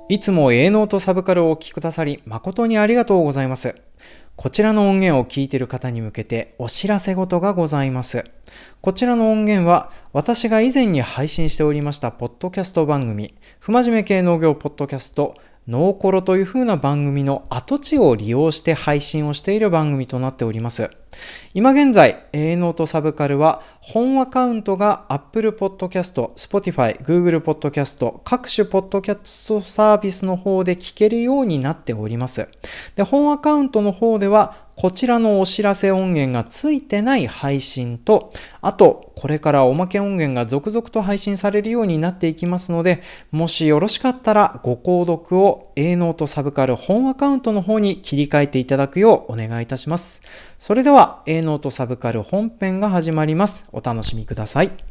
いつも営農とサブカルをお聞きくださり誠にありがとうございます。こちらの音源を聞いている方に向けてお知らせ事がございます。こちらの音源は私が以前に配信しておりましたポッドキャスト番組、不真面目系農業ポッドキャストノーコロという風な番組の跡地を利用して配信をしている番組となっております。今現在、営農とサブカルは本アカウントが Apple Podcast、Spotify、Google Podcast、各種ポッドキャストサービスの方で聞けるようになっております。で、本アカウントの方ではこちらのお知らせ音源がついてない配信と、あと、これからおまけ音源が続々と配信されるようになっていきますので、もしよろしかったらご購読を営農とサブカル本アカウントの方に切り替えていただくようお願いいたします。それでは、営農とサブカル本編が始まります。お楽しみください。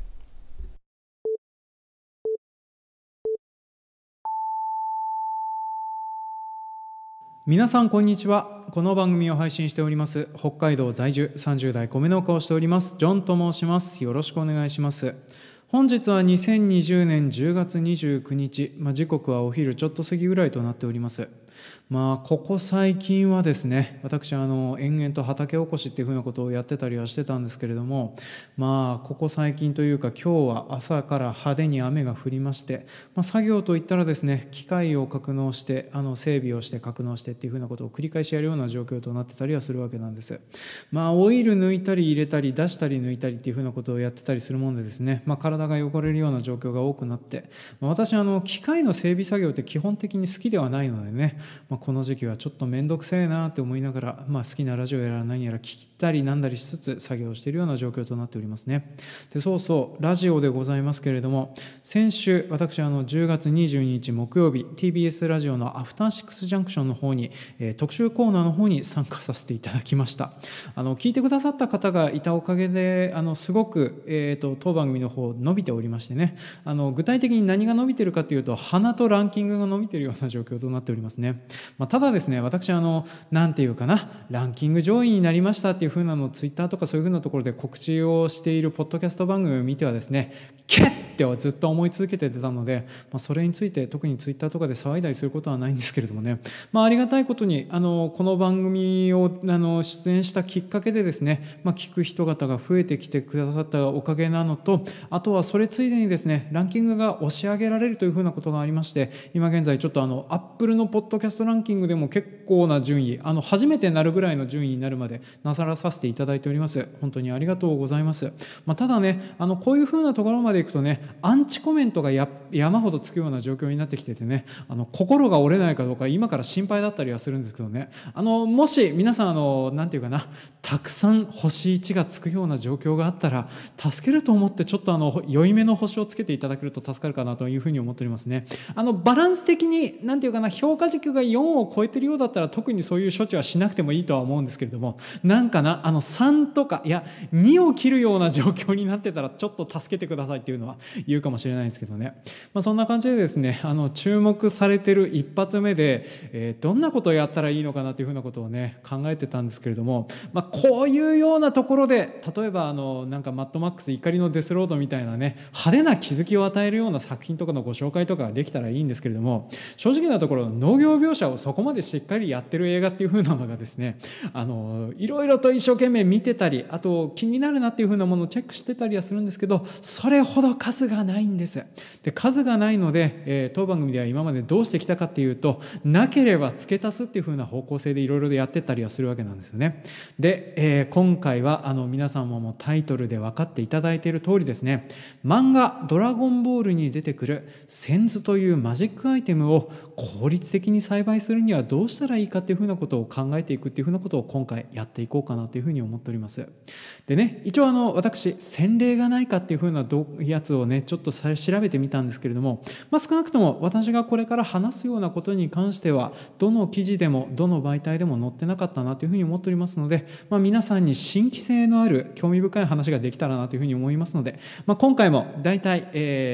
皆さんこんにちは。この番組を配信しております北海道在住30代米農家をしておりますジョンと申します。よろしくお願いします。本日は2020年10月29日、時刻はお昼ちょっと過ぎぐらいとなっております。ここ最近はですね、私延々と畑おこしっていうふうなことをやってたりはしてたんですけれども、ここ最近というか今日は朝から派手に雨が降りまして、作業といったらですね、機械を格納して整備をして格納してっていうふうなことを繰り返しやるような状況となってたりはするわけなんです。オイル抜いたり入れたり出したり抜いたりっていうふうなことをやってたりするもんでですね、体が汚れるような状況が多くなって、私機械の整備作業って基本的に好きではないのでね、この時期はちょっと面倒くせえなって思いながら、好きなラジオやら何やら聞いたりなんだりしつつ作業しているような状況となっておりますね。で、そうラジオでございますけれども、先週私10月22日木曜日 TBS ラジオのアフターシックスジャンクションの方に、特集コーナーの方に参加させていただきました。聞いてくださった方がいたおかげですごく、当番組の方伸びておりましてね、具体的に何が伸びているかというと花とランキングが伸びているような状況となっておりますね。ただですね、私なんていうかな、ランキング上位になりましたっていう風なのをツイッターとかそういう風なところで告知をしているポッドキャスト番組を見てはですね、ケッってはずっと思い続けてたので、それについて特にツイッターとかで騒いだりすることはないんですけれどもね、ありがたいことにこの番組を出演したきっかけでですね、聞く人方が増えてきてくださったおかげなのと、あとはそれついでにですね、ランキングが押し上げられるという風なことがありまして、今現在ちょっとアップルのポッドキャストランキングでも結構な順位、初めてなるぐらいの順位になるまでなさらさせていただいております。本当にありがとうございます。ただね、こういう風なところまでいくとね、アンチコメントが山ほどつくような状況になってきててね、心が折れないかどうか今から心配だったりはするんですけどね、もし皆さんなんていうかな、たくさん星1がつくような状況があったら助けると思ってちょっと良いめの星をつけていただけると助かるかなというふうに思っておりますね。バランス的になんていうかな、評価軸が4を超えてるようだったら特にそういう処置はしなくてもいいとは思うんですけれども、なんかな、3とかいや2を切るような状況になってたらちょっと助けてくださいっていうのは言うかもしれないんですけどね、そんな感じでですね、注目されてる一発目で、どんなことをやったらいいのかなというふうなことをね考えてたんですけれども、こういうようなところで例えばなんかマッドマックス怒りのデスロードみたいなね、派手な気づきを与えるような作品とかのご紹介とかができたらいいんですけれども、正直なところ農業描写をそこまでしっかりやってる映画っていう風なのがですね、いろいろと一生懸命見てたり、あと気になるなっていう風なものをチェックしてたりはするんですけど、それほど数がないんです。で、数がないので、当番組では今までどうしてきたかっていうと、なければ付け足すっていう風な方向性でいろいろやってたりはするわけなんですよね。で、今回は皆さんもタイトルで分かっていただいている通りですね、漫画ドラゴンボールに出てくるセンズというマジックアイテムを効率的に栽培するにはどうしたらいいかっていうふうなことを考えていくっていうふうなことを今回やっていこうかなというふうに思っております。でね、一応私先例がないかっていうふうなやつをねちょっと調べてみたんですけれども、少なくとも私がこれから話すようなことに関してはどの記事でもどの媒体でも載ってなかったなというふうに思っておりますので、皆さんに新規性のある興味深い話ができたらなというふうに思いますので、今回もだいたい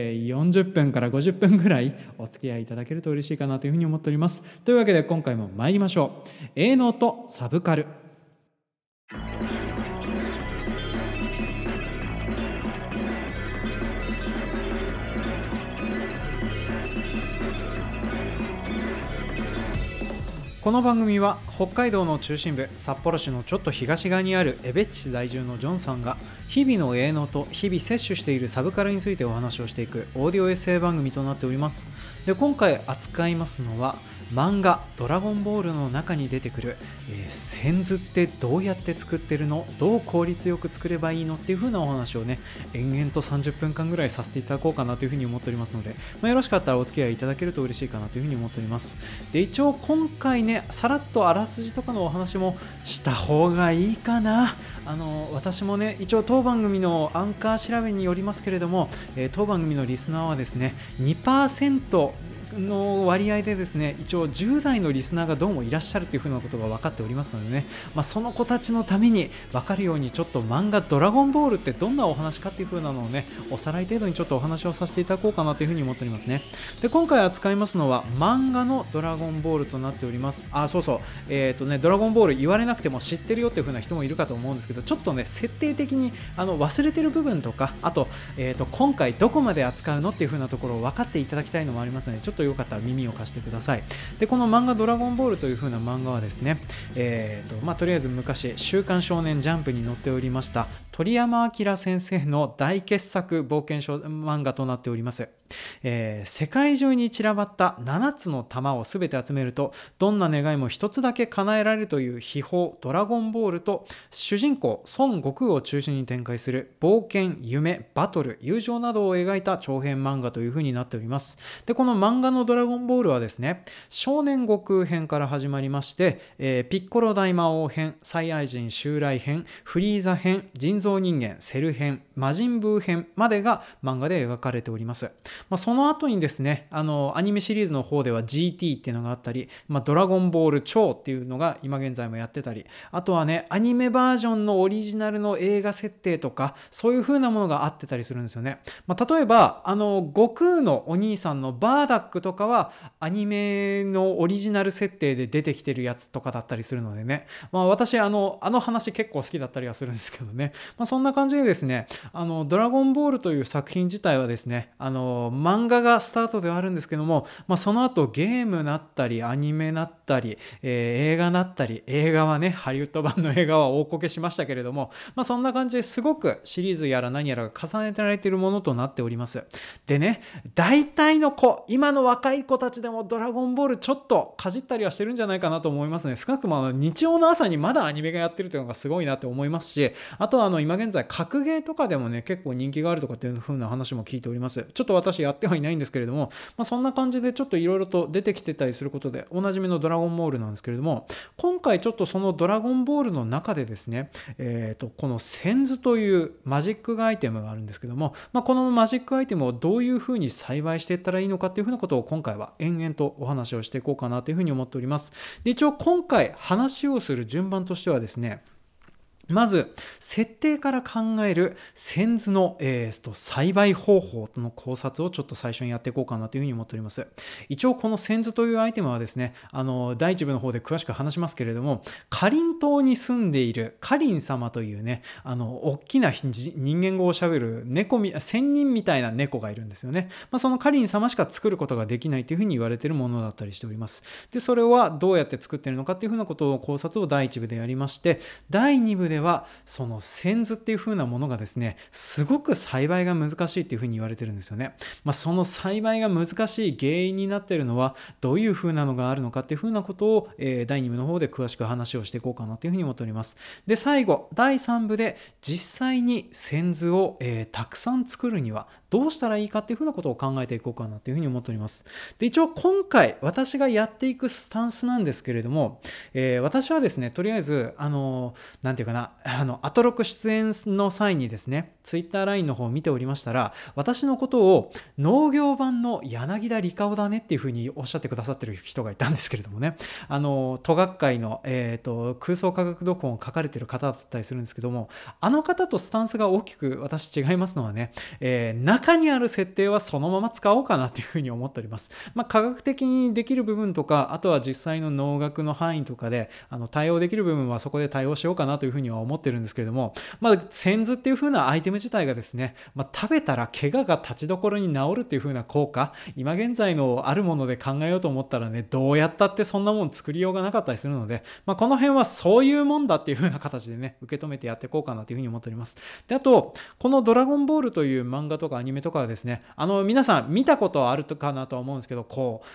40分から50分ぐらいお付き合いいただけると嬉しいかなというふうに思っております。というわけで今回も参りましょう。営農とサブカル。 この番組は北海道の中心部札幌市のちょっと東側にある江別市在住のジョンさんが日々の営農と日々摂取しているサブカルについてお話をしていくオーディオエッセイ番組となっております。で、今回扱いますのは漫画ドラゴンボールの中に出てくる、線図ってどうやって作ってるの、どう効率よく作ればいいのっていう風なお話をね、延々と30分間ぐらいさせていただこうかなというふうに思っておりますので、よろしかったらお付き合いいただけると嬉しいかなというふうに思っております。で、一応今回ね、さらっとあらすじとかのお話もした方がいいかな。私もね、一応当番組のアンカー調べによりますけれども、当番組のリスナーはですね 2% の割合でですね、一応10代のリスナーがどうもいらっしゃるというふうなことが分かっておりますのでね、その子たちのために分かるようにちょっと漫画ドラゴンボールってどんなお話かっていうふうなのをね、おさらい程度にちょっとお話をさせていただこうかなというふうに思っておりますね。で、今回扱いますのは漫画のドラゴンボールとなっております。そうそう、ドラゴンボール言われなくても知ってるよっていうふうな人もいるかと思うんですけど、ちょっとね設定的に忘れてる部分とか、あと、今回どこまで扱うのっていうふうなところを分かっていただきたいのもありますので、ちょっとよかったら耳を貸してください。で、この漫画ドラゴンボールという風な漫画はですね、とりあえず昔週刊少年ジャンプに載っておりました鳥山明先生の大傑作冒険書漫画となっております。世界中に散らばった7つの玉を全て集めるとどんな願いも一つだけ叶えられるという秘宝ドラゴンボールと、主人公孫悟空を中心に展開する冒険、夢、バトル、友情などを描いた長編漫画という風になっております。で、この漫画のドラゴンボールはですね、少年悟空編から始まりまして、ピッコロ大魔王編、サイヤ人襲来編、フリーザ編、人造人間セル編、魔人ブー編までが漫画で描かれております。その後にですね、アニメシリーズの方では GT っていうのがあったり、ドラゴンボール超っていうのが今現在もやってたり、あとはね、アニメバージョンのオリジナルの映画設定とか、そういう風なものがあってたりするんですよね。例えば悟空のお兄さんのバーダックとかはアニメのオリジナル設定で出てきてるやつとかだったりするのでね、私あの話結構好きだったりはするんですけどね、そんな感じでですね、ドラゴンボールという作品自体はですね、漫画がスタートではあるんですけども、その後ゲームなったりアニメなったり、映画なったり、映画はねハリウッド版の映画は大こけしましたけれども、そんな感じですごくシリーズやら何やらが重ねられているものとなっております。でね、大体の子、今の若い子たちでもドラゴンボールちょっとかじったりはしてるんじゃないかなと思いますね。少なくとも日曜の朝にまだアニメがやってるというのがすごいなって思いますし、あとは今現在格ゲーとかでもね結構人気があるとかっていう風な話も聞いております。ちょっと私やってはいないんですけれども、そんな感じでちょっといろいろと出てきてたりすることでおなじみのドラゴンボールなんですけれども、今回ちょっとそのドラゴンボールの中でですね、この線図というマジックアイテムがあるんですけども、このマジックアイテムをどういう風に栽培していったらいいのかっていう風なことを今回は延々とお話をしていこうかなという風に思っております。で、一応今回話をする順番としてはですね、まず設定から考える線図の、栽培方法の考察をちょっと最初にやっていこうかなというふうに思っております。一応この線図というアイテムはですね、第一部の方で詳しく話しますけれども、かりん島に住んでいるかりん様というね、大きな人間語をしゃべる仙人みたいな猫がいるんですよね。そのかりん様しか作ることができないというふうに言われているものだったりしております。で、それはどうやって作っているのかっていうふうなことを考察を第一部でやりまして、第二部ではその線図っていう風なものがですね、すごく栽培が難しいっていう風に言われてるんですよね。その栽培が難しい原因になっているのはどういう風なのがあるのかっていう風なことを、第2部の方で詳しく話をしていこうかなという風に思っております。で、最後第3部で実際に線図を、たくさん作るにはどうしたらいいかっていう風なことを考えていこうかなという風に思っております。で、一応今回私がやっていくスタンスなんですけれども、私はですね、とりあえずなんていうかな、アトロク出演の際にですね、ツイッターラインの方を見ておりましたら、私のことを農業版の柳田理香だねっていう風におっしゃってくださってる人がいたんですけれどもね、都学会の、空想科学読本を書かれてる方だったりするんですけども、あの方とスタンスが大きく私違いますのはね、中にある設定はそのまま使おうかなっていう風に思っております。科学的にできる部分とか、あとは実際の農学の範囲とかで対応できる部分はそこで対応しようかなという風には思ってるんですけれども、仙豆っていう風なアイテム自体がですね、食べたら怪我が立ちどころに治るっていう風な効果、今現在のあるもので考えようと思ったらね、どうやったってそんなもん作りようがなかったりするので、この辺はそういうもんだっていう風な形でね、受け止めてやっていこうかなという風に思っております。で、あと、このドラゴンボールという漫画とかアニメとかはですね、皆さん見たことはあるかなとは思うんですけど、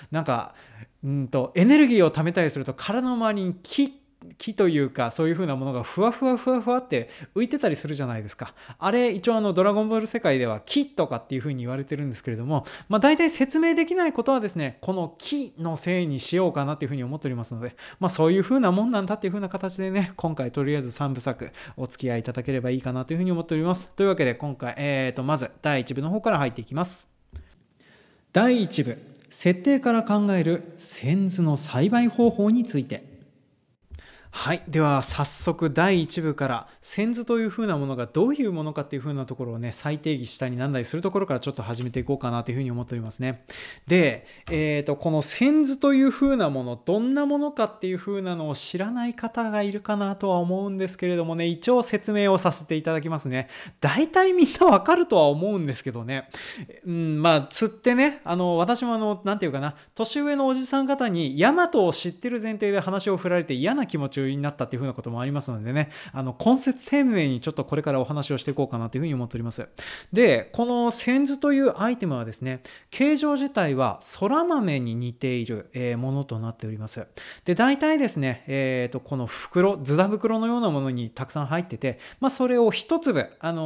エネルギーを貯めたりすると体の周りに木というかそういう風なものがふわふわって浮いてたりするじゃないですか。あれ一応ドラゴンボール世界では木とかっていう風に言われてるんですけれども、大体説明できないことはですね、この木のせいにしようかなっていう風に思っておりますので、そういう風なもんなんだっていう風な形でね、今回とりあえず3部作お付き合いいただければいいかなという風に思っております。というわけで今回まず第1部の方から入っていきます。第1部、設定から考える仙豆の栽培方法について。はい。では、早速第1部から仙豆という風なものがどういうものかっていう風なところをね、再定義したりなんだりするところからちょっと始めていこうかなという風に思っておりますね。で、この仙豆という風なもの、どんなものかっていう風なのを知らない方がいるかなとは思うんですけれどもね、一応説明をさせていただきますね。大体みんなわかるとは思うんですけどね。釣ってね、私もなんていうかな、年上のおじさん方にヤマトを知ってる前提で話を振られて嫌な気持ちになったっていう風なこともありますのでね、根節丁寧にちょっとこれからお話をしていこうかなという風に思っております。で、この仙豆というアイテムはですね、形状自体は空豆に似ているものとなっております。で、大体ですね、この袋、ズダ袋のようなものにたくさん入ってて、それを一粒、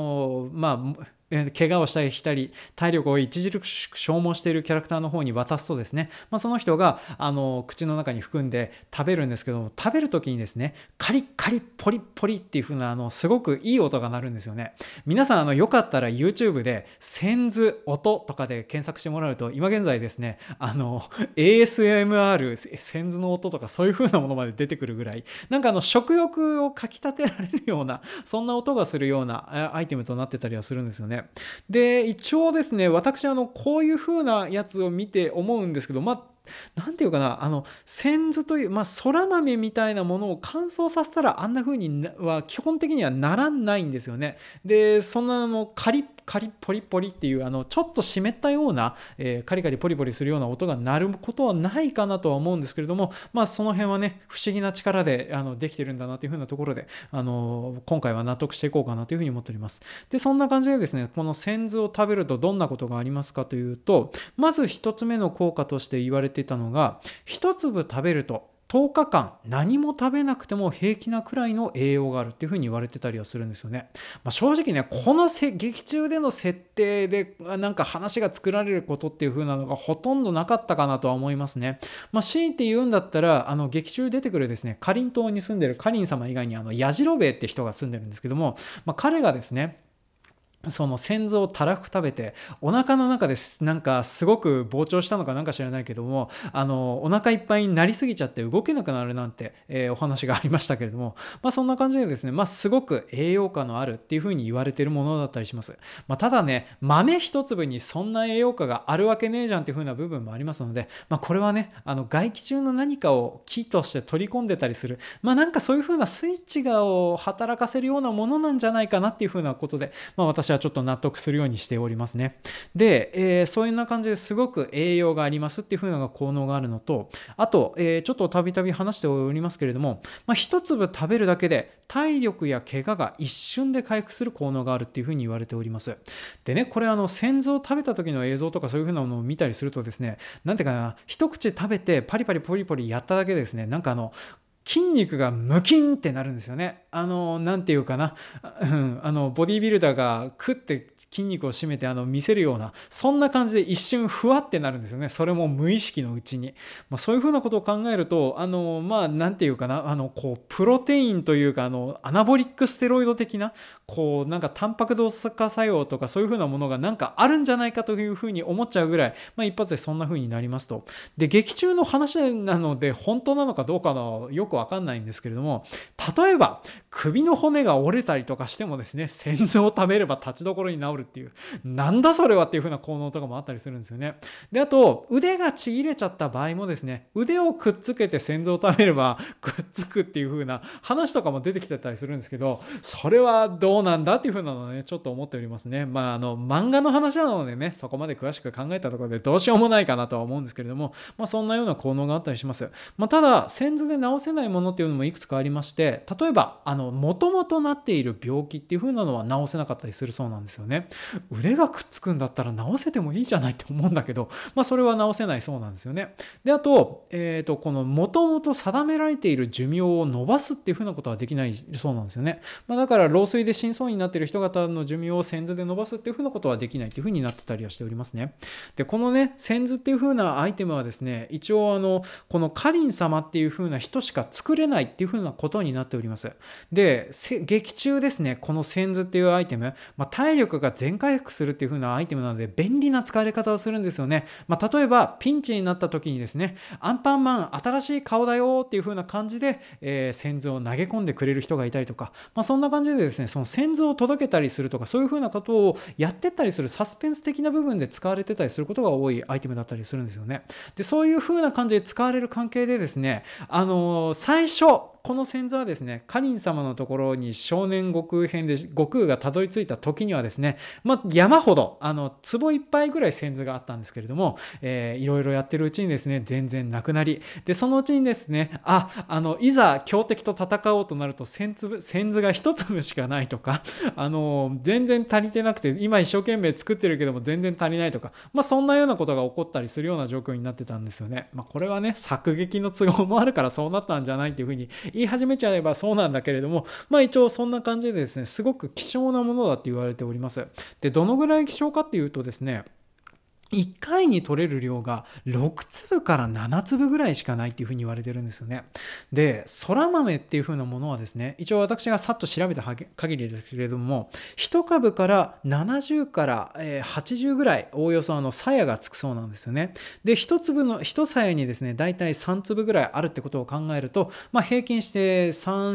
怪我をしたり体力を著しく消耗しているキャラクターの方に渡すとですね、その人が口の中に含んで食べるんですけども、食べる時にですね、カリッカリッポリッポリっていう風なすごくいい音が鳴るんですよね。皆さんよかったら YouTube で仙豆音とかで検索してもらうと、今現在ですね、ASMR 仙豆の音とかそういう風なものまで出てくるぐらい、食欲をかきたてられるような、そんな音がするようなアイテムとなってたりはするんですよね。で、一応ですね、私こういう風なやつを見て思うんですけど、なんていうかな、仙豆という、空豆みたいなものを乾燥させたらあんな風には基本的にはならないんですよね。で、そんなカリッカリッポリポリっていうちょっと湿ったような、カリカリポリポリするような音が鳴ることはないかなとは思うんですけれども、その辺はね、不思議な力でできてるんだなという風なところで今回は納得していこうかなという風に思っております。で、そんな感じでですね、この仙豆を食べるとどんなことがありますかというと、まず一つ目の効果として言われていたのが、一粒食べると10日間何も食べなくても平気なくらいの栄養があるっていうふうに言われてたりはするんですよね。正直ね、この劇中での設定で話が作られることっていう風なのがほとんどなかったかなとは思いますね。強いて言うんだったら劇中出てくるですね、かりん島に住んでるかりん様以外にやじろべえって人が住んでるんですけども、彼がですね、その仙豆をたらふく食べてお腹の中ですすごく膨張したのか知らないけども、お腹いっぱいになりすぎちゃって動けなくなるなんて、お話がありましたけれども、そんな感じでですね、すごく栄養価のあるっていう風に言われているものだったりします。ただね、豆一粒にそんな栄養価があるわけねえじゃんっていう風な部分もありますので、これはね、外気中の何かを気として取り込んでたりする、そういう風なスイッチを働かせるようなものなんじゃないかなっていう風なことで、私はちょっと納得するようにしておりますね。で、そういうような感じですごく栄養がありますっていう風な効能があるのと、あと、ちょっとたびたび話しておりますけれども、一粒食べるだけで体力や怪我が一瞬で回復する効能があるっていう風に言われております。でね、これ仙豆を食べた時の映像とかそういう風なものを見たりするとですね、なんていうかな、一口食べてパリパリポリポリやっただけでですね、筋肉がムキンってなるんですよね。なんていうかな、ボディービルダーがクッて筋肉を締めて見せるような、そんな感じで一瞬ふわってなるんですよね。それも無意識のうちに。そういうふうなことを考えると、なんていうかな、プロテインというか、アナボリックステロイド的な、タンパク動化作用とかそういうふうなものがあるんじゃないかというふうに思っちゃうぐらい、一発でそんなふうになりますと。で、劇中の話なので、本当なのかどうかよくくわかんないんですけれども、例えば首の骨が折れたりとかしてもですね、仙豆を食べれば立ちどころに治るっていう、なんだそれはっていう風な効能とかもあったりするんですよね。で、あと腕がちぎれちゃった場合もですね、腕をくっつけて仙豆を食べればくっつくっていう風な話とかも出てきてたりするんですけど、それはどうなんだっていう風なのをね、ちょっと思っておりますね。漫画の話なのでね、そこまで詳しく考えたところでどうしようもないかなとは思うんですけれども、そんなような効能があったりします。ただ仙豆で治せないものっていうのもいくつかありまして、例えばもともとなっている病気っていう風なのは治せなかったりするそうなんですよね。腕がくっつくんだったら治せてもいいじゃないって思うんだけど、それは治せないそうなんですよね。で、あと、このもともと定められている寿命を伸ばすっていう風なことはできないそうなんですよね。だから老衰で死にそうになっている人方の寿命を仙豆で伸ばすっていう風なことはできないっていう風になってたりはしておりますね。で、このね、仙豆っていう風なアイテムはですね、一応このカリン様っていう風な人しか作れないっていう風なことになっております。で、劇中ですね、この仙豆っていうアイテム、体力が全回復するっていう風なアイテムなので便利な使われ方をするんですよね。例えばピンチになった時にですね、アンパンマン新しい顔だよっていう風な感じで、仙豆を投げ込んでくれる人がいたりとか、そんな感じでですね、その仙豆を届けたりするとか、そういう風なことをやってったりするサスペンス的な部分で使われてたりすることが多いアイテムだったりするんですよね。で、そういう風な感じで使われる関係でですね、最初この仙豆はですね、カリン様のところに少年悟空編で悟空がたどり着いた時にはですね、山ほど壺いっぱいぐらい仙豆があったんですけれども、いろいろやってるうちにですね、全然なくなり、でそのうちにですね、いざ強敵と戦おうとなると仙豆が一粒しかないとか、全然足りてなくて今一生懸命作ってるけども全然足りないとか、そんなようなことが起こったりするような状況になってたんですよね。これはね、作劇の都合もあるからそうなったんじゃないっていうふうに言い始めちゃえばそうなんだけれども、一応そんな感じでですね、すごく希少なものだって言われております。で、どのぐらい希少かっていうとですね、1回に取れる量が6粒から7粒ぐらいしかないっていうふうに言われてるんですよね。で、空豆っていうふうなものはですね、一応私がさっと調べた限りですけれども、1株から70から80ぐらいおおよそ鞘がつくそうなんですよね。で、1鞘にですね、だいたい3粒ぐらいあるってことを考えると、平均して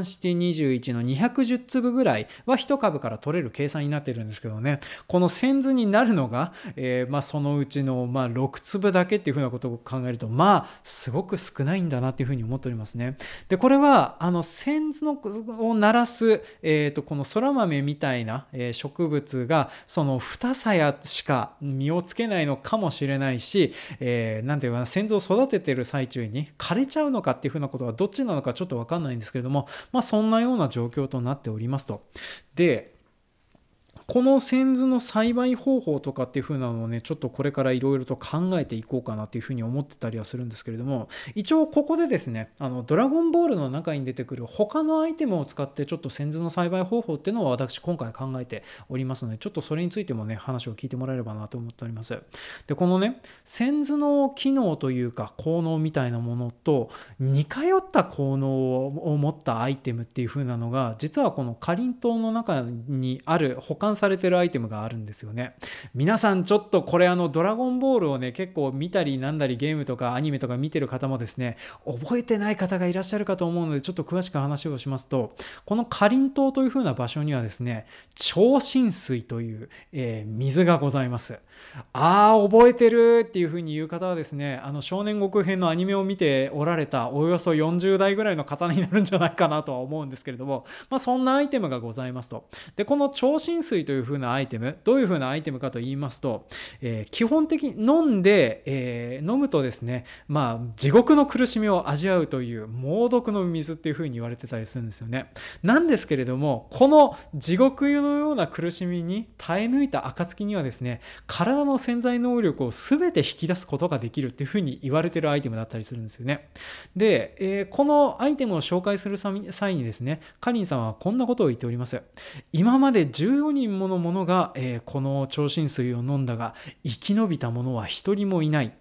3、7、21の210粒ぐらいは1株から取れる計算になってるんですけどね、この仙豆になるのが、そのうちの6粒だけっていうふうなことを考えると、すごく少ないんだなっていうふうに思っておりますね。で、これは仙豆を鳴らす、この空豆みたいな、植物がその2鞘しか実をつけないのかもしれないし、なんていうかな、仙豆を育ててる最中に枯れちゃうのかっていうふうなことはどっちなのかちょっと分かんないんですけれども、そんなような状況となっておりますと。で、この仙豆の栽培方法とかっていう風なのをね、ちょっとこれからいろいろと考えていこうかなっていう風に思ってたりはするんですけれども、一応ここでですね、ドラゴンボールの中に出てくる他のアイテムを使ってちょっと仙豆の栽培方法っていうのを私今回考えておりますので、ちょっとそれについてもね、話を聞いてもらえればなと思っております。で、このね、仙豆の機能というか効能みたいなものと似通った効能を持ったアイテムっていう風なのが、実はこのかりんとうの中にある保管されてるアイテムがあるんですよね。皆さんちょっとこれドラゴンボールをね、結構見たりなんだりゲームとかアニメとか見てる方もですね、覚えてない方がいらっしゃるかと思うので、ちょっと詳しく話をしますと、このかりんとうという風な場所にはですね、超新水という、水がございます。覚えてるっていう風に言う方はですね、少年悟空編のアニメを見ておられたおよそ40代ぐらいの方になるんじゃないかなとは思うんですけれども、そんなアイテムがございますと。で、この超新水という風なアイテム、どういう風なアイテムかと言いますと、基本的に飲むとですね、地獄の苦しみを味わうという猛毒の水っていう風に言われてたりするんですよね。なんですけれども、この地獄のような苦しみに耐え抜いた暁にはですね、体の潜在能力を全て引き出すことができるっていう風に言われてるアイテムだったりするんですよね。で、このアイテムを紹介する際にですね、かりんさんはこんなことを言っております。今まで14人もの者が、この超新水を飲んだが生き延びた者は一人もいない。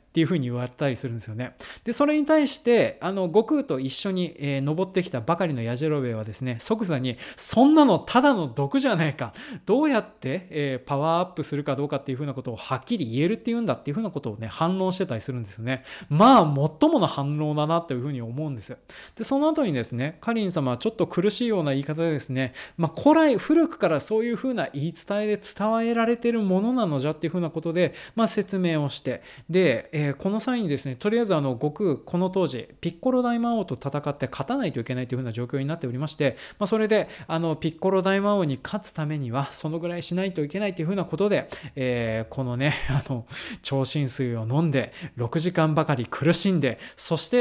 っていうふうに言われたりするんですよね。でそれに対して悟空と一緒に、登ってきたばかりのヤジロベエはですね、即座にそんなのただの毒じゃないか、どうやって、パワーアップするかどうかっていうふうなことをはっきり言えるっていうんだっていうふうなことをね反論してたりするんですよね。まあ最もの反論だなというふうに思うんです。でその後にですね、カリン様はちょっと苦しいような言い方でですね、古来古くからそういうふうな言い伝えで伝えられているものなのじゃっていうふうなことで、説明をして、で、この際にですね、とりあえず悟空この当時ピッコロ大魔王と戦って勝たないといけないというふうな状況になっておりまして、それでピッコロ大魔王に勝つためにはそのぐらいしないといけないというふうなことで、このね超新水を飲んで6時間ばかり苦しんで、そして、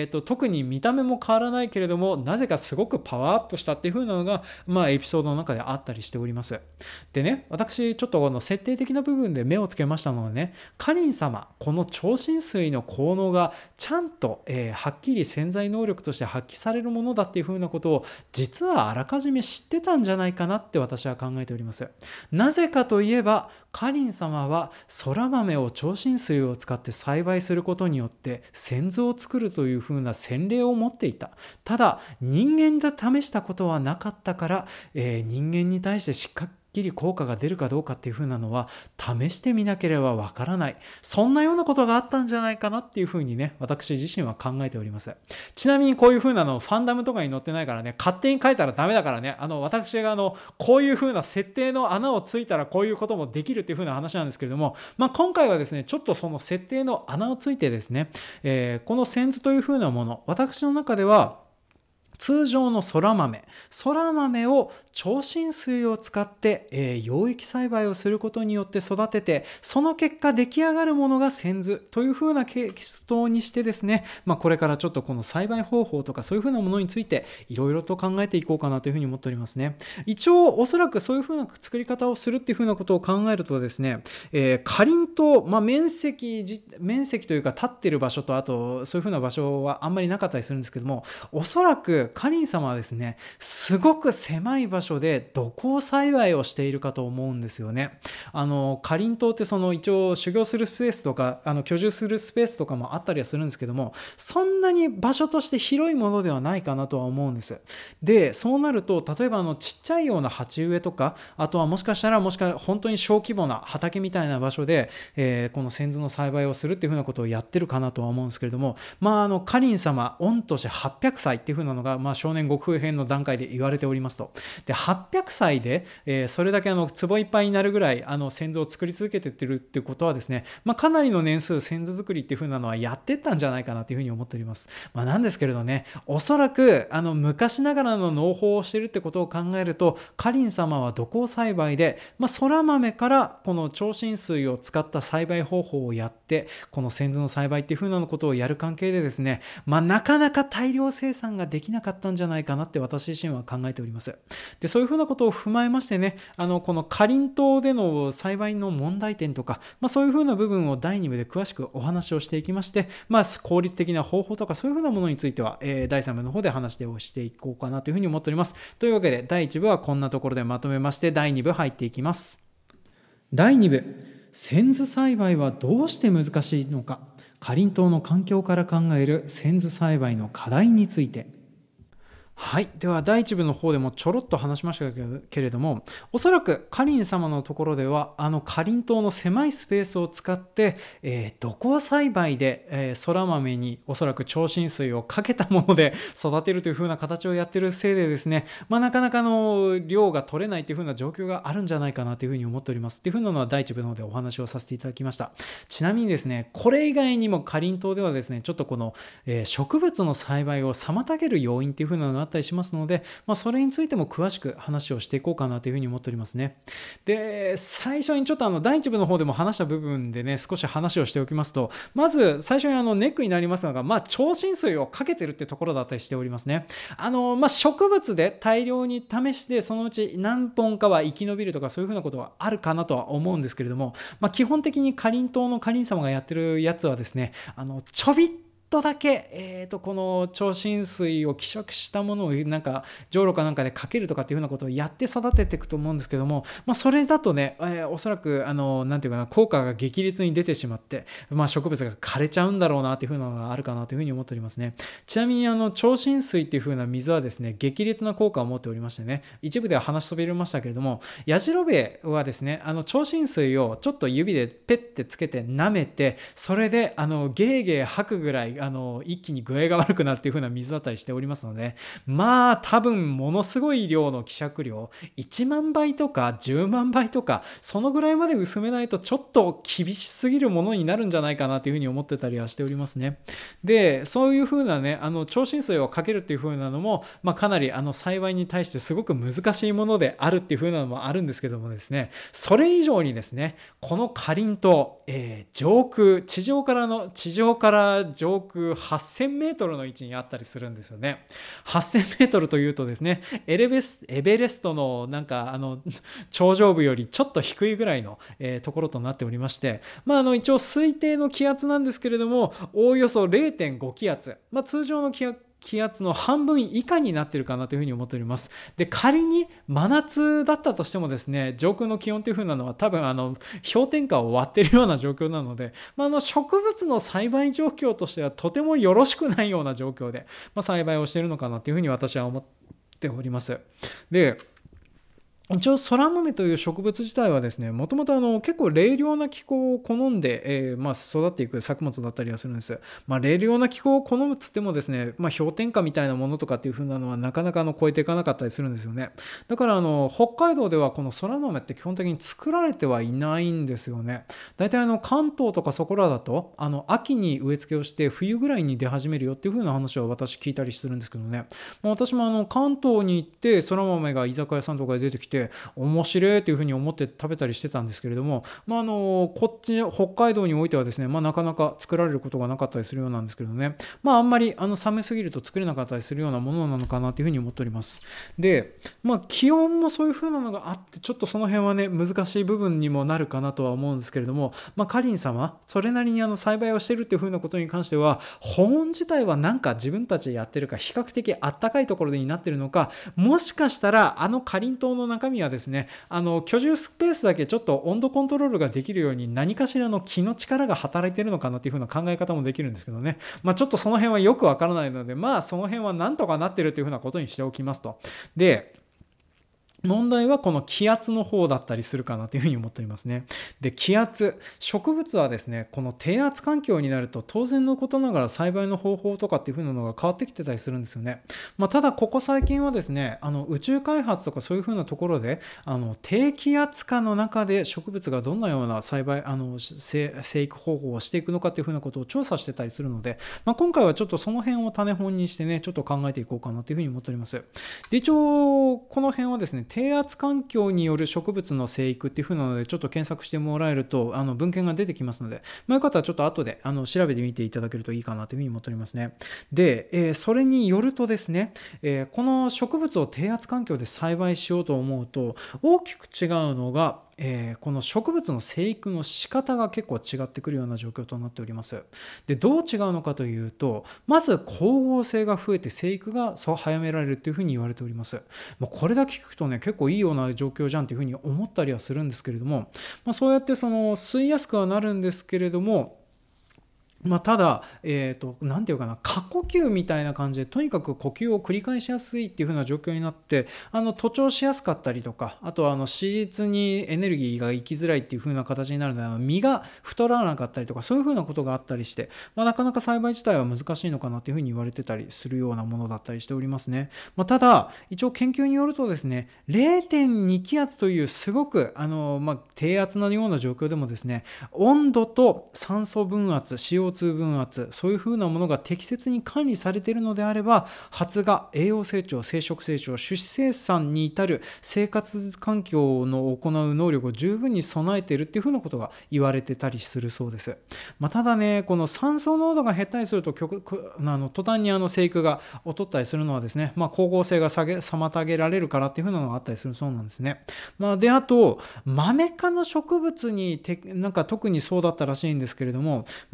特に見た目も変わらないけれどもなぜかすごくパワーアップしたっていう風なのが、エピソードの中であったりしております。でね、私ちょっとこの設定的な部分で目をつけましたのはね、カリン様この超新水の効能がちゃんと、はっきり潜在能力として発揮されるものだっていう風なことを実はあらかじめ知ってたんじゃないかなって私は考えております。なぜかといえばカリン様は空豆を超新水を使って栽培することによって先祖を作るという風な洗礼を持っていた。ただ人間で試したことはなかったから、人間に対してしっかり効果が出るかどうかっていう風なのは試してみなければわからない、そんなようなことがあったんじゃないかなっていう風にね、私自身は考えております。ちなみにこういう風なのファンダムとかに載ってないからね、勝手に書いたらダメだからね、私がこういう風な設定の穴をついたらこういうこともできるっていう風な話なんですけれども、今回はですねちょっとその設定の穴をついてですね、この先祖という風なもの、私の中では通常の空豆を超新水を使って、養液栽培をすることによって育てて、その結果出来上がるものが先図というふうな系統にしてですね、これからちょっとこの栽培方法とかそういうふうなものについていろいろと考えていこうかなというふうに思っておりますね。一応おそらくそういうふうな作り方をするっていうふうなことを考えるとですね、かりんとう、面積というか立ってる場所と、あとそういうふうな場所はあんまりなかったりするんですけども、おそらくカリン様はですねすごく狭い場所で土耕栽培をしているかと思うんですよね。かりんとうって一応修行するスペースとか居住するスペースとかもあったりはするんですけども、そんなに場所として広いものではないかなとは思うんです。でそうなると例えばちっちゃいような鉢植えとか、あとはもしかしたら本当に小規模な畑みたいな場所で、この先祖の栽培をするっていうふうなことをやってるかなとは思うんですけれども、かりん様御年800歳っていうふうなのが、少年悟空編の段階で言われておりますと。で800歳で、それだけ壺いっぱいになるぐらい先祖を作り続けてってるっていうことはですね、かなりの年数先祖作りっていう風なのはやってったんじゃないかなというふうに思っております。なんですけれどね、おそらく昔ながらの農法をしているってことを考えると、カリン様は土耕栽培で、空豆からこの超新水を使った栽培方法をやって、この先祖の栽培っていう風なことをやる関係でですね、なかなか大量生産ができなかったんじゃないかなって私自身は考えております。でそういうふうなことを踏まえましてね、このかりんとうでの栽培の問題点とか、そういうふうな部分を第2部で詳しくお話をしていきまして、効率的な方法とかそういうふうなものについては、第3部の方で話をしていこうかなというふうに思っております。というわけで第1部はこんなところでまとめまして、第2部入っていきます。第2部、先祖栽培はどうして難しいのか、かりんとうの環境から考える先祖栽培の課題について。はい。では、第1部の方でもちょろっと話しましたけれども、おそらくカリン様のところでは、かりんとうの狭いスペースを使って、土耕栽培で、空豆におそらく超新水をかけたもので育てるという風な形をやってるせいでですね、なかなかの量が取れないという風な状況があるんじゃないかなというふうに思っております。っていう風なのは第1部の方でお話をさせていただきました。ちなみにですね、これ以外にもかりんとうではですね、ちょっとこの、植物の栽培を妨げる要因っていう風なのがあったりしますので、それについても詳しく話をしていこうかなというふうに思っておりますね。で、最初にちょっと第1部の方でも話した部分でね、少し話をしておきますと、まず最初にネックになりますのが、超新水をかけてるってところだったりしておりますね。植物で大量に試して、そのうち何本かは生き延びるとかそういうふうなことはあるかなとは思うんですけれども、基本的にかりんとうのかりん様がやってるやつはですね、ちょびっととだけ、この超浸水を希釈したものをなんかじょうろかなんかでかけるとかっていうふうなことをやって育てていくと思うんですけども、それだとね、おそらくなんていうかな、効果が激烈に出てしまって、植物が枯れちゃうんだろうなっていうふうなのがあるかなというふうに思っておりますね。ちなみに超浸水っていうふうな水はですね、激烈な効果を持っておりましてね、一部では話しそびれましたけれども、ヤジロベはですね、超浸水をちょっと指でペッてつけて舐めて、それでゲーゲー吐くぐらい一気に具合が悪くなるっていう風な水だったりしておりますので、多分ものすごい量の希釈量、1万倍とか10万倍とかそのぐらいまで薄めないとちょっと厳しすぎるものになるんじゃないかなという風に思ってたりはしておりますね。でそういう風なね超浸水をかけるっていう風なのも、かなり栽培に対してすごく難しいものであるっていう風なのもあるんですけどもですね、それ以上にですね、このかりんとう、上空地上から上空8000メートルの位置にあったりするんですよね。8000メートルというとですね、エベレストのなんか頂上部よりちょっと低いぐらいの、ところとなっておりまして、一応推定の気圧なんですけれども、おおよそ 0.5 気圧、通常の気圧の半分以下になっているかなというふうに思っております。で、仮に真夏だったとしてもですね、上空の気温というふうなのは多分氷点下を割っているような状況なので、植物の栽培状況としてはとてもよろしくないような状況で、栽培をしているのかなというふうに私は思っております。で、一応ソラマメという植物自体はですね、もともと結構冷涼な気候を好んで、育っていく作物だったりはするんです。冷涼な気候を好むっつってもですね、氷点下みたいなものとかっていう風なのはなかなか超えていかなかったりするんですよね。だから北海道ではこのソラマメって基本的に作られてはいないんですよね。大体関東とかそこらだと秋に植え付けをして冬ぐらいに出始めるよっていう風な話は私聞いたりするんですけどね。私も関東に行ってソラマメが居酒屋さんとかで出てきて面白いというふうに思って食べたりしてたんですけれども、こっち北海道においてはですね、なかなか作られることがなかったりするようなんですけどね、あんまり寒すぎると作れなかったりするようなものなのかなというふうに思っております。で、気温もそういうふうなのがあって、ちょっとその辺はね難しい部分にもなるかなとは思うんですけれども、かりん様それなりに栽培をしてるっていうふうなことに関しては、保温自体はなんか自分たちでやってるか、比較的あったかいところになってるのか、もしかしたらかりんとうの中身はですね、居住スペースだけちょっと温度コントロールができるように何かしらの気の力が働いているのかなっていう風な考え方もできるんですけどね。ちょっとその辺はよくわからないので、その辺はなんとかなってるという風なことにしておきますと。で、問題はこの気圧の方だったりするかなというふうに思っておりますね。で、気圧、植物はですね、この低圧環境になると当然のことながら栽培の方法とかっていうふうなのが変わってきてたりするんですよね。ただここ最近はですね、宇宙開発とかそういうふうなところで低気圧下の中で植物がどんなような栽培生育方法をしていくのかっていうふうなことを調査してたりするので、今回はちょっとその辺を種本にしてね、ちょっと考えていこうかなというふうに思っております。で、一応この辺はですね、低圧環境による植物の生育っていう風なのでちょっと検索してもらえると文献が出てきますので、よかったらちょっと後で調べてみていただけるといいかなという風に思っておりますね。で、それによるとですね、この植物を低圧環境で栽培しようと思うと大きく違うのがこの植物の生育の仕方が結構違ってくるような状況となっております。で、どう違うのかというと、まず光合成が増えて生育が早められるというふうに言われております。これだけ聞くとね、結構いいような状況じゃんというふうに思ったりはするんですけれども、そうやって吸いやすくはなるんですけれども、ただ、なんていうかな、過呼吸みたいな感じで、とにかく呼吸を繰り返しやすいっていう風な状況になって、徒長しやすかったりとか、あとは脂質にエネルギーが行きづらいっていう風な形になるので、実が太らなかったりとか、そういう風なことがあったりして、なかなか栽培自体は難しいのかなという風に言われてたりするようなものだったりしておりますね。ただ、一応研究によるとですね、0.2 気圧というすごく低圧なような状況でもですね、温度と酸素分圧、CO2 分圧、そういう風なものが適切に管理されているのであれば、発芽、栄養成長、生殖成長、種子生産に至る生活環境の行う能力を十分に備えているっていう風なことが言われてたりするそうです。ただね、この酸素濃度が減ったりすると途端に生育が劣ったりするのはですね、光合成が妨げられるからっていう風なのがあったりするそうなんですね。で、あとマメ科の植物になんか特にそうだったらしいんですけれども、マメ科の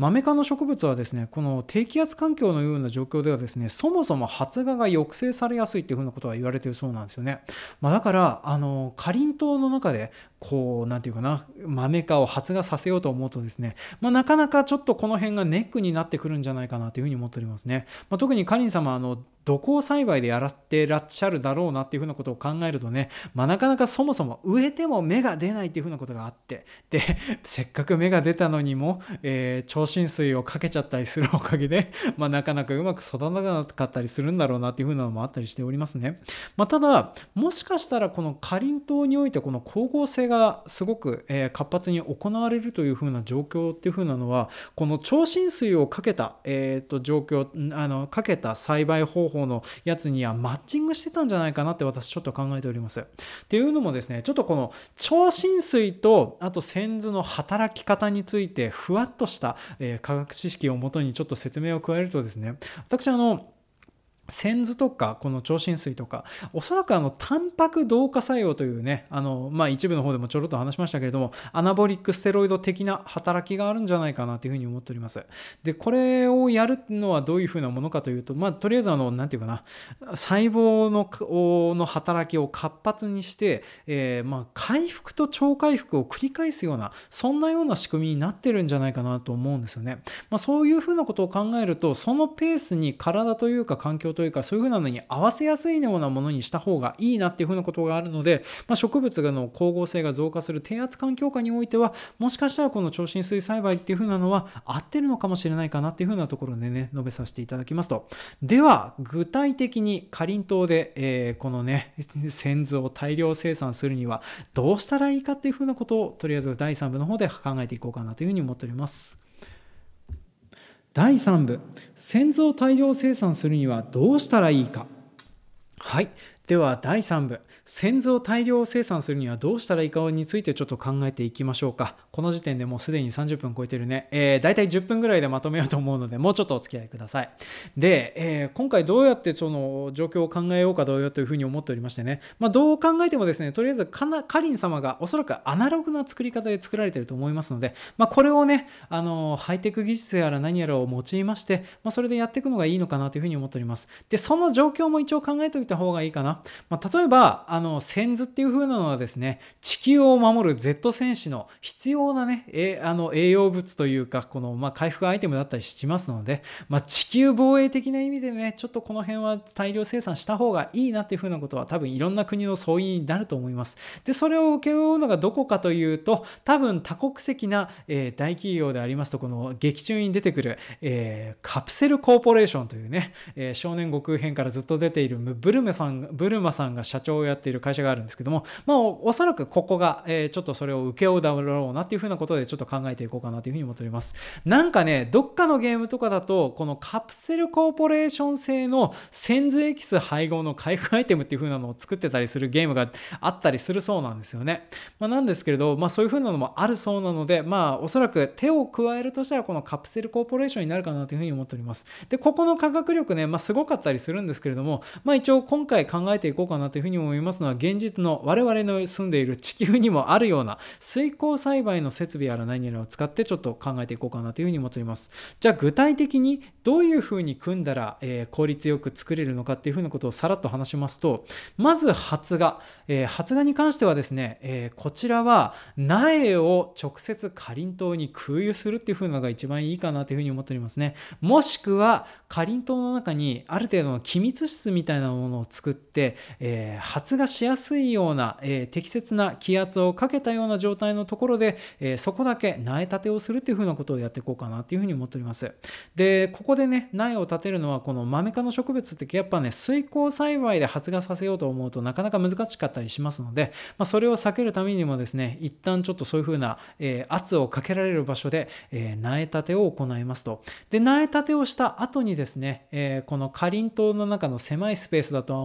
の植物はですね、この低気圧環境のような状況ではですね、そもそも発芽が抑制されやすいっていうふうなことが言われているそうなんですよね。だからかりんとうの中でこうなんていうかな、マメ科を発芽させようと思うとですね、なかなかちょっとこの辺がネックになってくるんじゃないかなというふうに思っておりますね。特にかりん様土耕栽培でやらってらっしゃるだろうなっていうふうなことを考えるとね、なかなかそもそも植えても芽が出ないっていうふうなことがあって、でせっかく芽が出たのにも、超浸水をかけちゃったりするおかげで、なかなかうまく育たなかったりするんだろうなっていうふうなのもあったりしておりますね。ただもしかしたらこのかりんとうにおいてこの光合成がすごく、活発に行われるというふうな状況っていうふうなのは、この超浸水をかけた、状況かけた栽培方法のやつにはマッチングしてたんじゃないかなって私ちょっと考えております。っていうのもですね、ちょっとこの超浸水とあと線図の働き方についてふわっとした、科学知識をもとにちょっと説明を加えるとですね、私線図とかこの超浸水とか、おそらくタンパク同化作用というね、一部の方でもちょろっと話しましたけれども、アナボリックステロイド的な働きがあるんじゃないかなというふうに思っております。でこれをやるのはどういうふうなものかというと、とりあえずなんていうかな、細胞の働きを活発にして、回復と超回復を繰り返すような、そんなような仕組みになってるんじゃないかなと思うんですよね。そういうふうなことを考えると、そのペースに体というか環境というか、そういうふうなのに合わせやすいようなものにした方がいいなっていうふうなことがあるので、植物の光合成が増加する低圧環境下においては、もしかしたらこの超浸水栽培っていうふうなのは合ってるのかもしれないかなっていうふうなところでね、述べさせていただきますと、では具体的にかりんとうで、このね線図を大量生産するにはどうしたらいいかっていうふうなことを、とりあえず第3部の方で考えていこうかなというふうに思っております。第3部、線図を大量生産するにはどうしたらいいか。はい、では第3部、線図を大量生産するにはどうしたらいいかについてちょっと考えていきましょうか。この時点でもうすでに30分超えてるね。だいたい10分ぐらいでまとめようと思うので、もうちょっとお付き合いください。で、今回どうやってその状況を考えようかというふうに思っておりましてね、どう考えてもですね、とりあえずかりん様がおそらくアナログな作り方で作られていると思いますので、これをね、ハイテク技術やら何やらを用いまして、それでやっていくのがいいのかなというふうに思っております。で、その状況も一応考えておいた方がいいかな。例えば線図っていう風なのはですね、地球を守る Z 戦士の必要なね、栄養物というか、この回復アイテムだったりしますので、地球防衛的な意味でね、ちょっとこの辺は大量生産した方がいいなっていう風なことは多分いろんな国の総意になると思います。でそれを請け負うのがどこかというと、多分多国籍な、大企業でありますと、この劇中に出てくる、カプセルコーポレーションというね、少年悟空編からずっと出ているブルマさんが社長をやっている会社があるんですけども、おそらくここが、ちょっとそれを請け負うだろうなっていうふうなことでちょっと考えていこうかなというふうに思っております。なんかね、どっかのゲームとかだとこのカプセルコーポレーション製の線図エキス配合の回復アイテムっていう風なのを作ってたりするゲームがあったりするそうなんですよね。なんですけれど、そういう風なのもあるそうなので、おそらく手を加えるとしたらこのカプセルコーポレーションになるかなというふうに思っております。でここの科学力ね、すごかったりするんですけれども、一応今回考えていこうかなというふうに思いますのは、現実の我々の住んでいる地球にもあるような水耕栽培の設備やら何やらを使ってちょっと考えていこうかなというふうに思っております。じゃあ具体的にどういうふうに組んだら、効率よく作れるのかっていうふうなことをさらっと話しますと、まず発芽、発芽に関してはですね、こちらは苗を直接かりんとうに空輸するっていうふうなのが一番いいかなというふうに思っておりますね。もしくはかりんとうの中にある程度の気密室みたいなものを作って、発芽しやすいような、適切な気圧をかけたような状態のところで、そこだけ苗立てをするっていうふうなことをやっていこうかなというふうに思っております。でここでね、苗を立てるのはこのマメ科の植物ってやっぱね、水耕栽培で発芽させようと思うとなかなか難しかったりしますので、それを避けるためにもですね、一旦ちょっとそういうふうな、圧をかけられる場所で、苗立てを行いますと。で苗立てをした後にですね、このかりんとうの中の狭いスペースだとは思うんですけど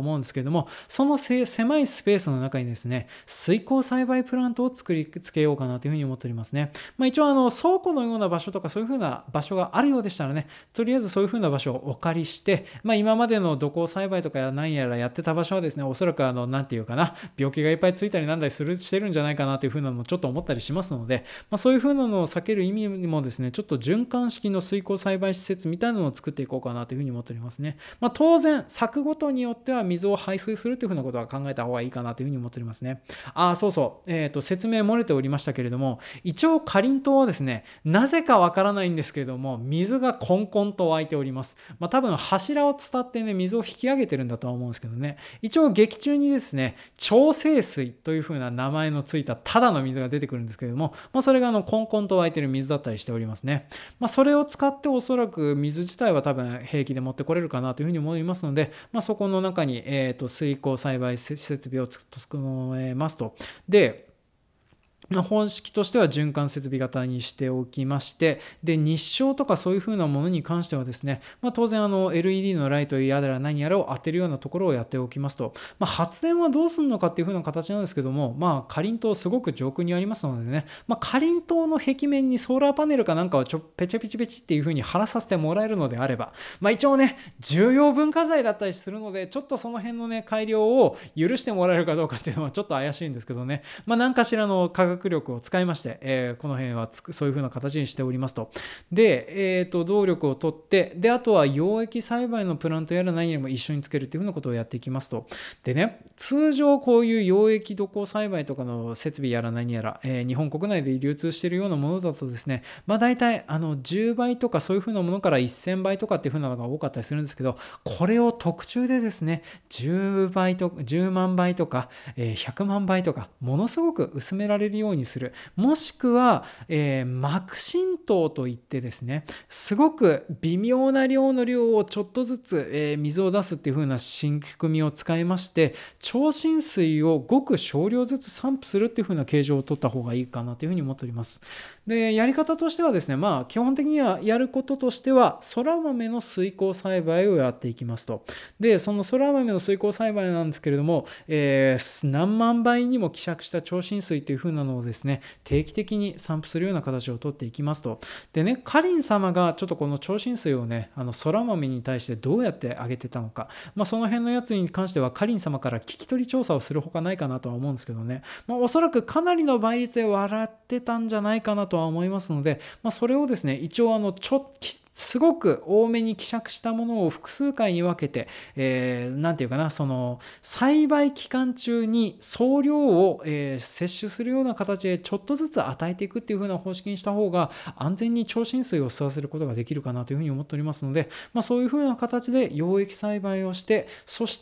ども、その狭いスペースの中にですね、水耕栽培プラントを作りつけようかなというふうに思っておりますね。一応倉庫のような場所とかそういうふうな場所があるようでしたらね、とりあえずそういうふうな場所をお借りして、今までの土耕栽培とか何やらやってた場所はですね、おそらくなんていうかな、病気がいっぱいついたりなんだりしてるんじゃないかなというふうなのもちょっと思ったりしますので、そういうふうなのを避ける意味もですね、ちょっと循環式の水耕栽培施設みたいなのを作っていこうかなというふうに思っておりますね。当然、作ごとによっては水を排水するというふうなことは考えた方がいいかなというふうに思っておりますね。そうそう、説明漏れておりましたけれども、一応かりんとうはですね、なぜかわからないんですけれども、水がコンコンと湧いております。多分柱を伝ってね、水を引き上げてるんだとは思うんですけどね、一応劇中にですね、調整水というふうな名前のついたただの水が出てくるんですけれども、それがコンコンと湧いてる水だったりしておりますね。それを使っておそらく水自体は多分平気で持ってこれるかなというふうに思いますので、そこの中に、水耕栽培設備を作りますと。で、方式としては循環設備型にしておきまして、で、日照とかそういう風なものに関してはですね、当然LED のライトやら何やらを当てるようなところをやっておきますと、発電はどうするのかっていう風な形なんですけども、かりんとうすごく上空にありますのでね、かりんとうの壁面にソーラーパネルかなんかをペチペチペチっていう風に貼らさせてもらえるのであれば、一応ね、重要文化財だったりするので、ちょっとその辺のね、改良を許してもらえるかどうかっていうのはちょっと怪しいんですけどね、何かしらの科学力を使いまして、この辺はそういう風な形にしておりますと。で、動力を取って、で、あとは溶液栽培のプラントやら何やらも一緒につけるっていう風なことをやっていきますと。でね、通常こういう溶液土耕栽培とかの設備やら何やら、日本国内で流通しているようなものだとですね、大体10倍とかそういう風なものから1000倍とかっていう風なのが多かったりするんですけど、これを特注でですね、10倍と10万倍とか、100万倍とか、ものすごく薄められるようにする。もしくは、膜浸透といってですね、すごく微妙な量をちょっとずつ、水を出すっていう風な仕組みを使いまして、超浸水をごく少量ずつ散布するっていう風な形状を取った方がいいかなという風に思っております。で、やり方としてはですね、基本的にはやることとしては、そら豆の水耕栽培をやっていきますと。で、そのそら豆の水耕栽培なんですけれども、何万倍にも希釈した超浸水という風なのをですね、定期的に散布するような形をとっていきますと。でね、カリン様がちょっとこの超浸水をね、そら豆に対してどうやってあげてたのか、その辺のやつに関してはカリン様から聞き取り調査をするほかないかなとは思うんですけどね、おそらくかなりの倍率で笑ってたんじゃないかなとは思いますので、それをですね、一応すごく多めに希釈したものを複数回に分けて、なんていうかな、その栽培期間中に総量を、摂取するような形でちょっとずつ与えていくっていう風な方式にした方が安全に超浸水を吸わせることができるかなというふうに思っておりますので、そういう風な形で溶液栽培をして、そして、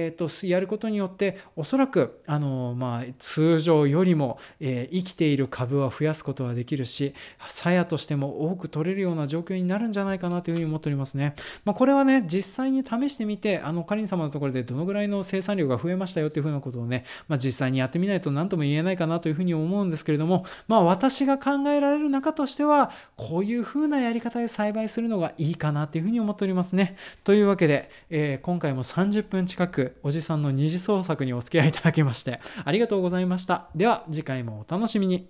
やることによっておそらく通常よりも、生きている株は増やすことができるし、鞘としても多く取れるような状況になるんじゃないかなというふうに思っておりますね。これはね、実際に試してみて、カリン様のところでどのぐらいの生産量が増えましたよというふうなことをね、実際にやってみないと何とも言えないかなというふうに思うんですけれども、私が考えられる中としては、こういうふうなやり方で栽培するのがいいかなというふうに思っておりますね。というわけで、今回も30分近くおじさんの二次創作にお付き合いいただきましてありがとうございました。では次回もお楽しみに。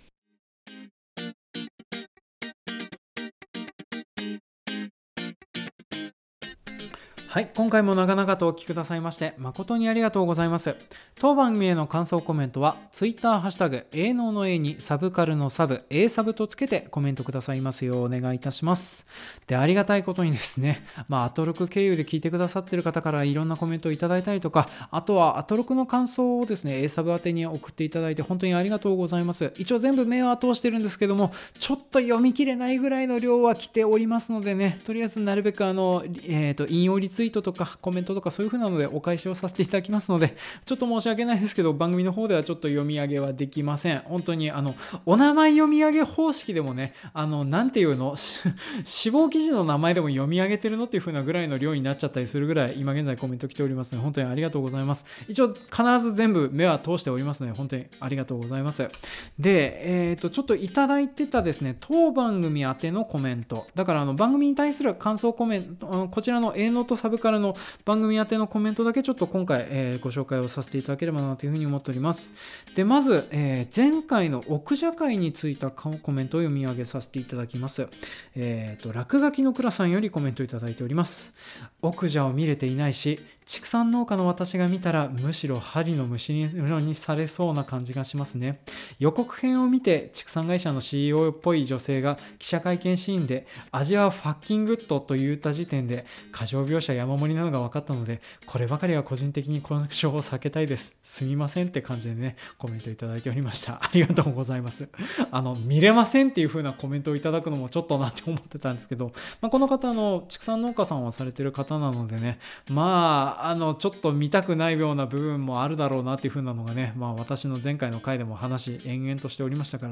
はい、今回も長々とお聞きくださいまして誠にありがとうございます。当番組への感想コメントは Twitter ハッシュタグ営農の A にサブカルのサブ A サブとつけてコメントくださいますようお願いいたします。で、ありがたいことにですね、アトロク経由で聞いてくださっている方からいろんなコメントをいただいたりとか、あとはアトロクの感想をですね A サブ宛てに送っていただいて本当にありがとうございます。一応全部目は通してるんですけども、ちょっと読み切れないぐらいの量は来ておりますのでね、とりあえずなるべく引用リツイートとかコメントとかそういう風なのでお返しをさせていただきますので、ちょっと申し訳ないですけど番組の方ではちょっと読み上げはできません。本当にお名前読み上げ方式でもね、なんていうの死亡記事の名前でも読み上げてるのっていう風なぐらいの量になっちゃったりするぐらい今現在コメント来ておりますので本当にありがとうございます。一応必ず全部目は通しておりますので本当にありがとうございます。で、ちょっといただいてたですね当番組宛てのコメントだから番組に対する感想コメント、こちらの営農とサブブからの番組宛てのコメントだけちょっと今回、ご紹介をさせていただければなというふうに思っております。で、まず、前回の奥社会についたコメントを読み上げさせていただきます。落書きの倉さんよりコメントいただいております。奥社を見れていないし、畜産農家の私が見たらむしろ針のむしろにされそうな感じがしますね。予告編を見て畜産会社の CEO っぽい女性が記者会見シーンで味はファッキングッドと言った時点で過剰描写山盛りなのが分かったので、こればかりは個人的にこの章を避けたいです。すみませんって感じでね、コメントいただいておりました。ありがとうございます。見れませんっていう風なコメントをいただくのもちょっとなって思ってたんですけど、この方畜産農家さんをされてる方なのでね、ちょっと見たくないような部分もあるだろうなっていう風なのがね、私の前回の回でも延々としておりましたから、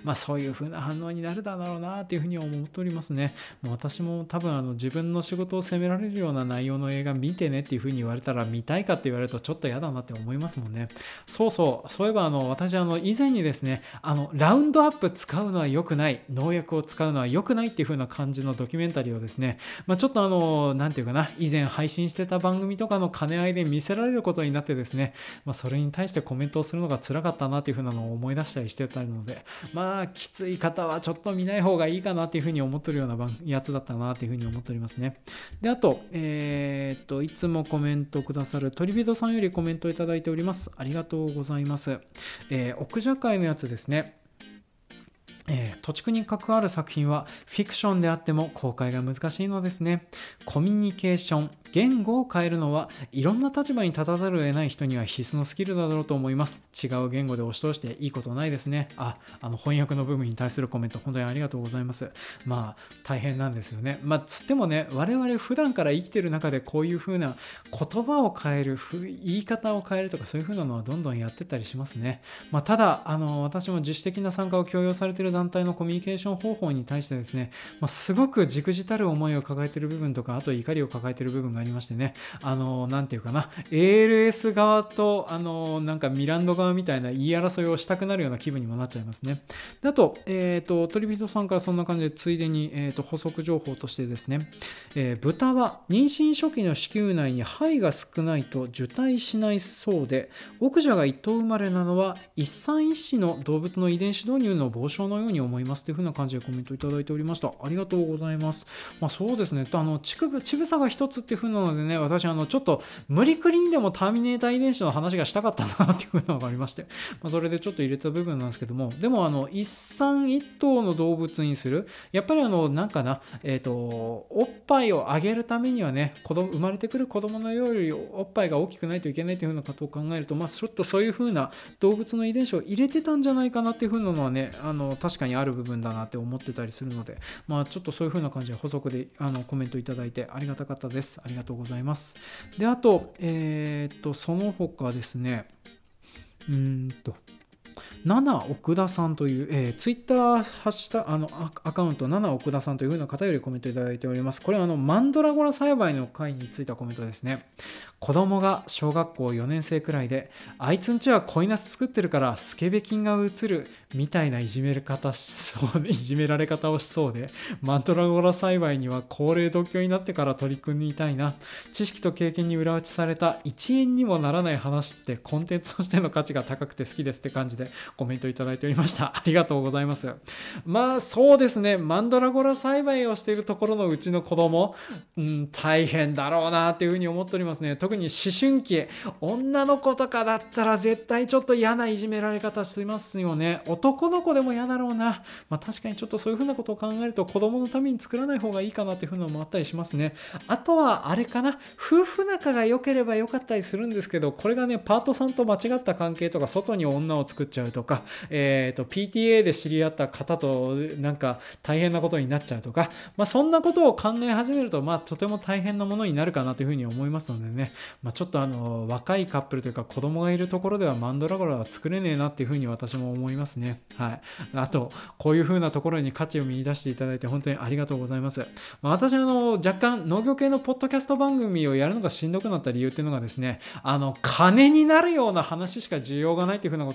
そういう風な反応になるだろうなっていう風に思っておりますね。私も多分自分の仕事を責められるような内容の映画見てねっていう風に言われたら、見たいかって言われるとちょっと嫌だなって思いますもんね。そういえば私以前にですね、ラウンドアップ使うのは良くない、農薬を使うのは良くないっていう風な感じのドキュメンタリーをですね、ちょっとなんていうかな、以前配信してた番組とかの兼ね合いで見せられることになってですね、それに対してコメントをするのが辛かったなっていう風なのを思い出したりしてたので、きつい方はちょっと見ない方がいいかなっていう風に思ってるようなやつだったなっていう風に思っておりますね。で、あと、いつもコメントくださる鳥人さんよりコメントいただいております。ありがとうございます。奥社会のやつですね。土地区に関わる作品はフィクションであっても公開が難しいのですね。コミュニケーション、言語を変えるのはいろんな立場に立たざるを得ない人には必須のスキルだろうと思います。違う言語で押し通していいことないですね。翻訳の部分に対するコメント本当にありがとうございます。大変なんですよね。つってもね、我々普段から生きてる中でこういう風な言葉を変える、言い方を変えるとかそういう風なのはどんどんやってたりしますね。ただ私も自主的な参加を強要されている団体のコミュニケーション方法に対してですね、すごく忸怩たる思いを抱えている部分とか、あと怒りを抱えている部分がありましてね、なんていうかな、ALS 側となんかミランド側みたいな言い争いをしたくなるような気分にもなっちゃいますね。で、あと、鳥人さんからそんな感じでついでに、補足情報としてですね、豚は妊娠初期の子宮内に胚が少ないと受胎しないそうで、奥者が一頭生まれなのは一産一死の動物の遺伝子導入の傍証のように思いますというふうな感じでコメントいただいておりました。ありがとうございます。そうですね、乳房が一つっていう風なのでね、私ちょっと無理くりにでもターミネーター遺伝子の話がしたかったなっていう風なのがありまして、それでちょっと入れた部分なんですけども、でも一産一頭の動物にする、やっぱりなんかな、おっぱいをあげるためにはね、生まれてくる子供のよりおっぱいが大きくないといけないという風なことを考えると、ちょっとそういう風な動物の遺伝子を入れてたんじゃないかなっていう風なのはね、確かにある部分だなって思ってたりするので、ちょっとそういう風な感じで補足でコメントいただいてありがたかったです。ありがとうございます。で、あと、その他ですね、7奥田さんという、ツイッターハッシュタグアカウント7奥田さんという風な方よりコメントいただいております。これはマンドラゴラ栽培の回についたコメントですね。子供が小学校4年生くらいで、あいつんちは恋ナス作ってるからスケベ菌が移るみたいないじめられ方をしそうで、マンドラゴラ栽培には高齢独居になってから取り組みたいな。知識と経験に裏打ちされた1円にもならない話ってコンテンツとしての価値が高くて好きですって感じでコメントいただいておりました。ありがとうございます。そうですね、マンドラゴラ栽培をしているところのうちの子供、大変だろうなっていうふうに思っておりますね。特に思春期、女の子とかだったら絶対ちょっと嫌ないじめられ方しますよね。男の子でも嫌だろうな。確かにちょっとそういうふうなことを考えると子供のために作らない方がいいかなっていうふうなのもあったりしますね。あとはあれかな、夫婦仲が良ければ良かったりするんですけど、これがね、パートさんと間違った関係とか、外に女を作っちゃうとか、PTA で知り合った方となんか大変なことになっちゃうとか、そんなことを考え始めると、とても大変なものになるかなというふうに思いますのでね、ちょっと若いカップルというか子供がいるところではマンドラゴラは作れねえなっていうふうに私も思いますね。はい。あと、こういうふうなところに価値を見出していただいて本当にありがとうございます。私若干農業系のポッドキャスト番組をやるのがしんどくなった理由っていうのがですね、金になるような話しか需要がないっていうふうなことが分かって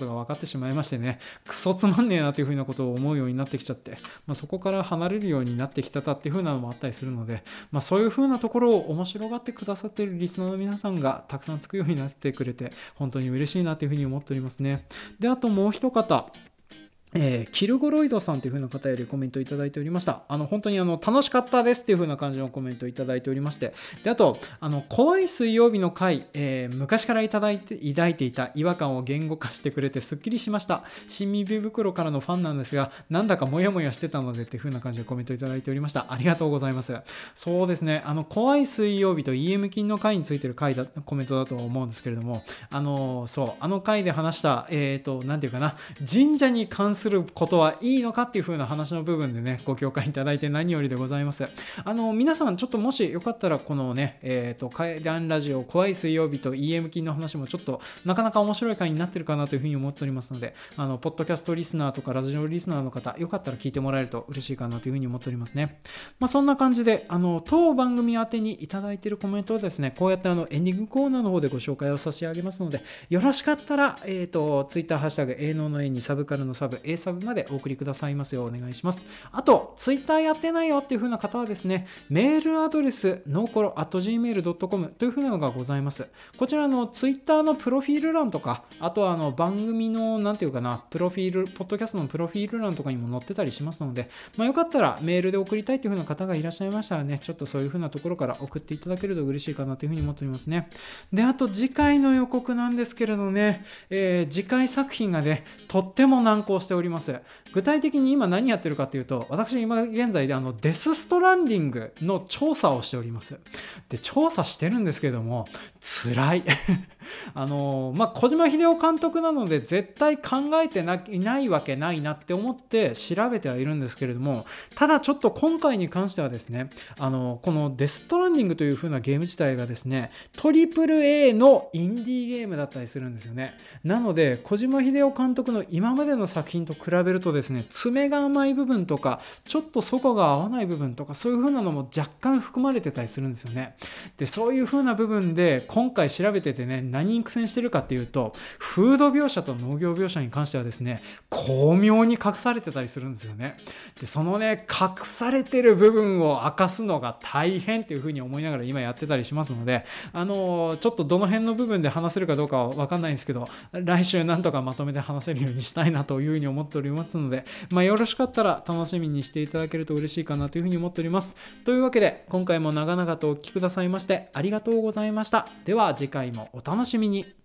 ってしまいましてね、クソつまんねえなというふうなことを思うようになってきちゃって、そこから離れるようになってきたっていうふうなのもあったりするので、そういうふうなところを面白がってくださっているリスナーの皆さんがたくさんつくようになってくれて、本当に嬉しいなというふうに思っておりますね。で、あともう一方、キルゴロイドさんという風な方よりコメントいただいておりました。本当に楽しかったですっていう風な感じのコメントをいただいておりまして、で、あと、怖い水曜日の回、昔から抱いていた違和感を言語化してくれてすっきりしました。新耳袋からのファンなんですが、なんだかモヤモヤしてたのでっていう風な感じでコメントいただいておりました。ありがとうございます。そうですね、怖い水曜日と EM 金の回についてるコメントだと思うんですけれども、回で話した、なんていうかな、神社に関することはいいのかっていう風な話の部分でね、ご共感いただいて何よりでございます。皆さんちょっともしよかったらこのね、怪談ラジオ怖い水曜日と EM 金の話もちょっとなかなか面白い回になってるかなという風に思っておりますので、ポッドキャストリスナーとかラジオリスナーの方、よかったら聞いてもらえると嬉しいかなという風に思っておりますね。そんな感じで、当番組宛てにいただいているコメントをですね、こうやってエンディングコーナーの方でご紹介を差し上げますので、よろしかったら、ツイッターハッシュタグ、営農の A にサブカルのサブ、A サブまでお送りくださいますようお願いします。あと、ツイッターやってないよっていう風な方はですね、メールアドレス、nokoro@gmail.com という風なのがございます。こちらのツイッターのプロフィール欄とか、あとは番組の、なんていうかな、プロフィール、ポッドキャストのプロフィール欄とかにも載ってたりしますので、よかったらメールで送りたいという風な方がいらっしゃいましたらね、ちょっとそういう風なところから送っていただけると嬉しいかなという風に思っておりますね。で、あと次回の予告なんですけれどね、次回作品がね、とっても難航しております。具体的に今何やってるかというと、私今現在でデスストランディングの調査をしております。で、調査してるんですけども、辛い。小島秀夫監督なので絶対考えていないわけないなって思って調べてはいるんですけれども、ただちょっと今回に関してはですね、このデスストランディングという風なゲーム自体がですね、AAA のインディーゲームだったりするんですよね。なので、小島秀夫監督の今までの作品と比べるとですね、爪が甘い部分とか、ちょっと底が合わない部分とか、そういう風なのも若干含まれてたりするんですよね。で、そういう風な部分で今回調べててね、何に苦戦してるかっていうと、フード描写と農業描写に関してはですね、巧妙に隠されてたりするんですよね。で、そのね、隠されてる部分を明かすのが大変っていう風に思いながら今やってたりしますので、ちょっとどの辺の部分で話せるかどうかは分かんないんですけど、来週なんとかまとめて話せるようにしたいなという風に思っておりますので、よろしかったら楽しみにしていただけると嬉しいかなという風に思っております。というわけで、今回も長々とお聞きくださいましてありがとうございました。では次回もお楽しみに。